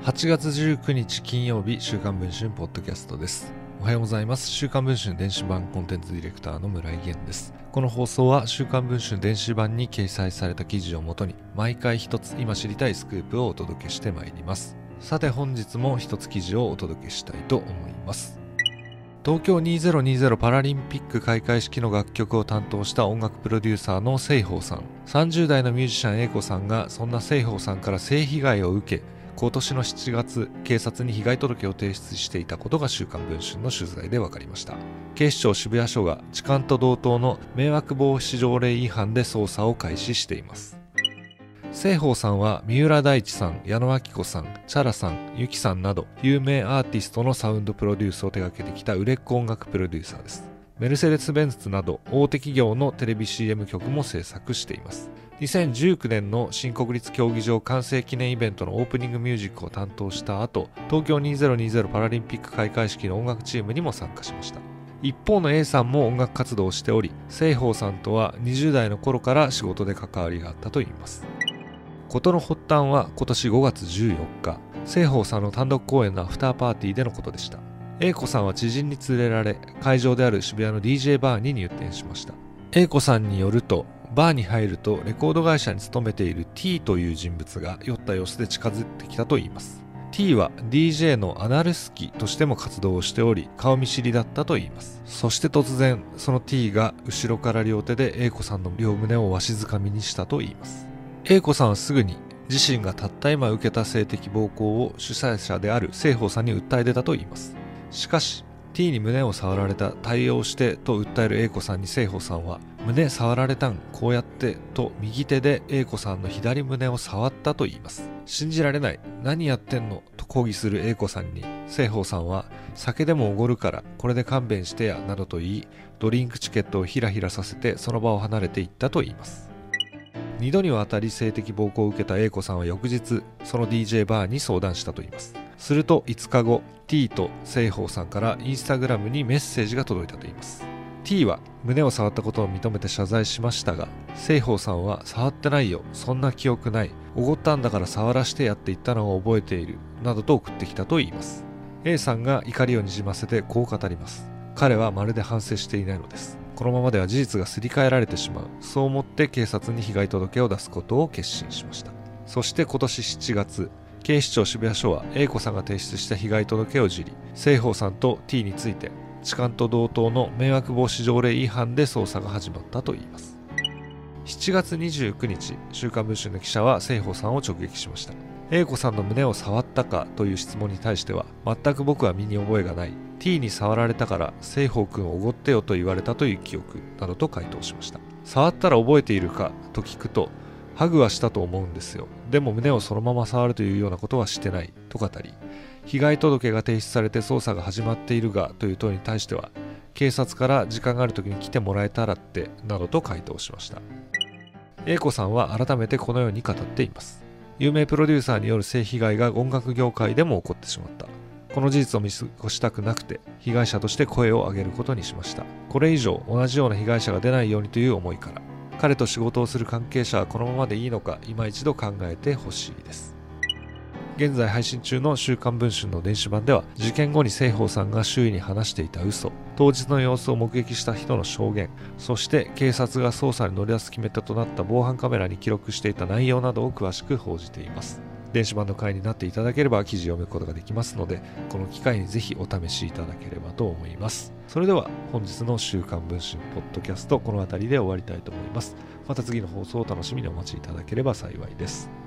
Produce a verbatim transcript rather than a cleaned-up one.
はちがつじゅうくにち金曜日、週刊文春ポッドキャストです。おはようございます。週刊文春電子版コンテンツディレクターの村井源です。この放送は週刊文春電子版に掲載された記事をもとに毎回一つ今知りたいスクープをお届けしてまいります。さて本日も一つ記事をお届けしたいと思います。東京にせんにじゅうパラリンピック開会式の楽曲を担当した音楽プロデューサーの聖宝さん。さんじゅう代のミュージシャン A 子さんがそんな聖宝さんから性被害を受け、今年のしちがつ、警察に被害届を提出していたことが週刊文春の取材で分かりました。警視庁渋谷署が痴漢と同等の迷惑防止条例違反で捜査を開始しています。聖宝さんは三浦大知さん、矢野明子さん、チャラさん、ユキさんなど有名アーティストのサウンドプロデュースを手掛けてきた売れっ子音楽プロデューサーです。メルセデス・ベンツなど大手企業のテレビ シーエム 曲も制作しています。にせんじゅうきゅうねんの新国立競技場完成記念イベントのオープニングミュージックを担当した後、東京にせんにじゅうパラリンピック開会式の音楽チームにも参加しました。一方の A さんも音楽活動をしており、聖宝さんとはにじゅう代の頃から仕事で関わりがあったといいます。事の発端は今年ごがつじゅうよっか、聖宝さんの単独公演のアフターパーティーでのことでした。A 子さんは知人に連れられ、会場である渋谷の ディージェー バーに入店しました。A 子さんによると、バーに入るとレコード会社に勤めている T という人物が酔った様子で近づいてきたといいます。T は ディージェー のアナルスキとしても活動をしており、顔見知りだったといいます。そして突然、その T が後ろから両手で A 子さんの両胸をわしづかみにしたといいます。A 子さんはすぐに自身がたった今受けた性的暴行を主催者である聖宝さんに訴え出たといいます。しかし T に胸を触られた、対応してと訴える A 子さんに聖宝さんは、胸触られたん、こうやってと右手で A 子さんの左胸を触ったと言います。信じられない、何やってんのと抗議する A 子さんに聖宝さんは、酒でもおごるからこれで勘弁してやなどと言い、ドリンクチケットをひらひらさせてその場を離れていったと言います。二度にわたり性的暴行を受けた A 子さんは翌日、その ディージェー バーに相談したと言います。するといつかご、T と聖宝さんからインスタグラムにメッセージが届いたと言います。 T は胸を触ったことを認めて謝罪しましたが、聖宝さんは触ってないよ、そんな記憶ない、おごったんだから触らしてやって言ったのを覚えているなどと送ってきたと言います。 A さんが怒りをにじませてこう語ります。彼はまるで反省していないのです。このままでは事実がすり替えられてしまう。そう思って警察に被害届を出すことを決心しました。そして今年しちがつ、警視庁渋谷署は A 子さんが提出した被害届を受理、聖宝さんと T について痴漢と同等の迷惑防止条例違反で捜査が始まったといいます。しちがつにじゅうくにち、週刊文春の記者は聖宝さんを直撃しました。A 子さんの胸を触ったかという質問に対しては、全く僕は身に覚えがない、 T に触られたから聖宝くんをおごってよと言われたという記憶などと回答しました。触ったら覚えているかと聞くと、ハグはしたと思うんですよ。でも胸をそのまま触るというようなことはしてないと語り、被害届が提出されて捜査が始まっているがという問いに対しては、警察から時間がある時に来てもらえたらってなどと回答しました。 A 子さんは改めてこのように語っています。有名プロデューサーによる性被害が音楽業界でも起こってしまった。この事実を見過ごしたくなくて被害者として声を上げることにしました。これ以上同じような被害者が出ないようにという思いから、彼と仕事をする関係者はこのままでいいのか今一度考えてほしいです。現在配信中の週刊文春の電子版では、事件後に聖宝さんが周囲に話していた嘘、当日の様子を目撃した人の証言、そして警察が捜査に乗り出す決め手となった防犯カメラに記録していた内容などを詳しく報じています。電子版の会になっていただければ記事を読むことができますので、この機会にぜひお試しいただければと思います。それでは本日の週刊文春ポッドキャスト、この辺りで終わりたいと思います。また次の放送をお楽しみにお待ちいただければ幸いです。